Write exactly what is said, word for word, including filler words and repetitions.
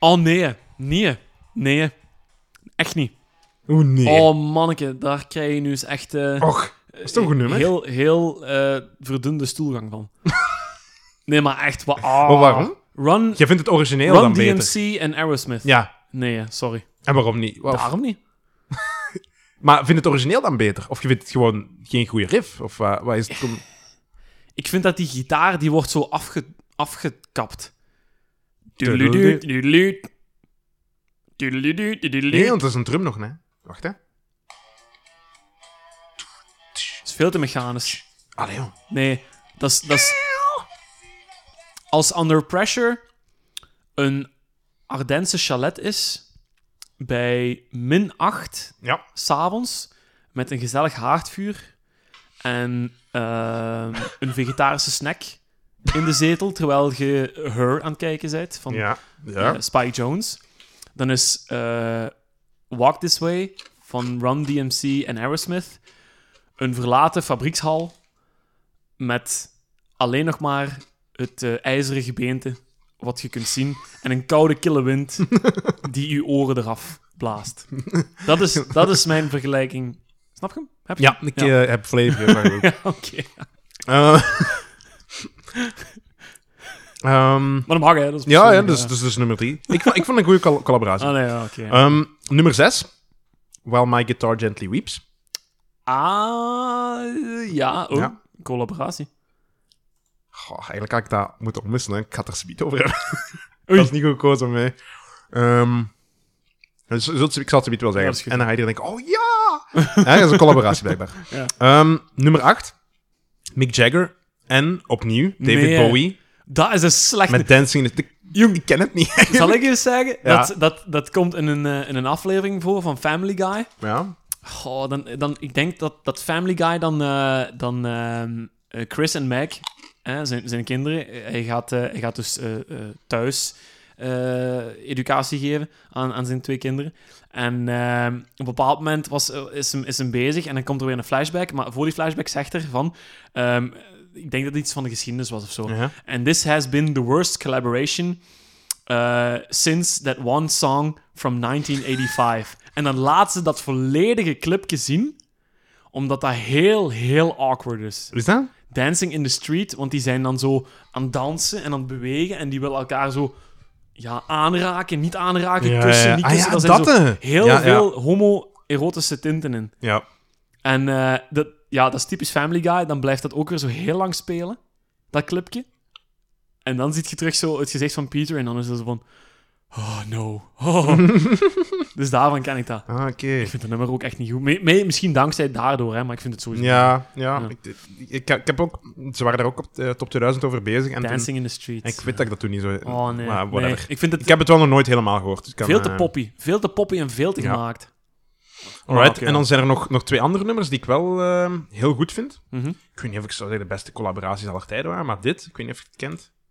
Oh, nee. Nee. Nee. Echt niet. Oeh, nee. Oh, manneke. Daar krijg je nu eens echt... Uh, Och, dat is toch een goed nummer? Heel, heel uh, verdunde stoelgang van. Nee, maar echt... Wa- oh. Maar waarom? Run... Je vindt het origineel Run dan D beter? M C en Aerosmith. Ja. Nee, sorry. En waarom niet? Of... Daarom niet. Maar vind het origineel dan beter? Of je vindt het gewoon geen goede riff? Of uh, wat is het? Kom... Ik vind dat die gitaar, die wordt zo afge... afgekapt. Nee, want dat is een drum nog, hè? Wacht, hè. Dat is veel te mechanisch. Allee, joh. Nee, dat is... Dat is... Als Under Pressure een Ardense chalet is... bij min acht... Ja. 's avonds met een gezellig haardvuur en uh, een vegetarische snack in de zetel, terwijl je Her aan het kijken bent van ja. Ja. Uh, Spike Jonze. Dan is uh, Walk This Way van Run D M C en Aerosmith een verlaten fabriekshal met alleen nog maar het uh, ijzeren gebeente wat je kunt zien en een koude kille wind die je oren eraf blaast. Dat is, dat is mijn vergelijking. Snap je hem? Heb je Ja, ik ja. Uh, heb volledig maar goed. Ja, oké. Okay. Uh, um, maar dat mag, hè? Dat is ja, ja, dus, dus, dus nummer drie. Ik vond, ik vond een goede col- collaboratie. Ah, nee, ja, oké. Okay. Um, nummer zes. While My Guitar Gently Weeps. Ah, ja. Oh, ja. Collaboratie. Goh, eigenlijk had ik dat moeten omwisselen. Ik ga het er zoiets over hebben. Dat is niet goed gekozen mee. Um, dus, ik zal het zoiets wel zeggen. Ja, en dan ga je er denken, oh ja! Ja, dat is een collaboratie blijkbaar. Ja. Um, nummer acht. Mick Jagger. En opnieuw David nee, Bowie. Dat is een slechte... Met Dancing in the... Jong, ik ken het niet. Zal ik eens zeggen? Ja. Dat, dat, dat komt in een, uh, in een aflevering voor van Family Guy. Ja. Goh, dan, dan, ik denk dat, dat Family Guy dan, uh, dan uh, Chris en Meg, uh, zijn, zijn kinderen, hij gaat, uh, hij gaat dus uh, uh, thuis uh, educatie geven aan, aan zijn twee kinderen. En uh, op een bepaald moment was, uh, is, hem, is hem bezig en dan komt er weer een flashback. Maar voor die flashback zegt er van... Um, ik denk dat het iets van de geschiedenis was of zo. Uh-huh. And this has been the worst collaboration uh, since that one song from nineteen eighty-five. En dan laat ze dat volledige clipje zien, omdat dat heel, heel awkward is. Wat is dat? Dancing in the Street, want die zijn dan zo aan het dansen en aan het bewegen en die willen elkaar zo ja, aanraken, niet aanraken, ja, kussen, ja. niet kussen. Ah, ja, Daar zijn dat zo heel ja, veel ja. homo-erotische tinten in. Ja. En uh, dat, ja, dat is typisch Family Guy. Dan blijft dat ook weer zo heel lang spelen, dat clipje. En dan zie je terug zo het gezicht van Peter en dan is het zo van... Oh, no. Oh. Dus daarvan ken ik dat. Ah, oké. Okay. Ik vind het nummer ook echt niet goed. Me- me- misschien dankzij daardoor, hè, maar ik vind het sowieso Ja, ja. ja. Ik, ik, ik heb ook... Ze waren daar ook op de top tweeduizend over bezig. En Dancing toen, in the Streets. Ik weet dat ik dat toen niet zo... Oh, nee. Maar whatever. nee. Ik, vind het ik heb het wel nog nooit helemaal gehoord. Dus kan, veel te uh... poppy. Veel te poppy en veel te ja. gemaakt. Alright, Oh, okay. En dan zijn er nog, nog twee andere nummers die ik wel uh, heel goed vind. Mm-hmm. Ik weet niet of ik zou zeggen de beste collaboraties aller tijden waren, maar dit, ik weet niet of je het kent.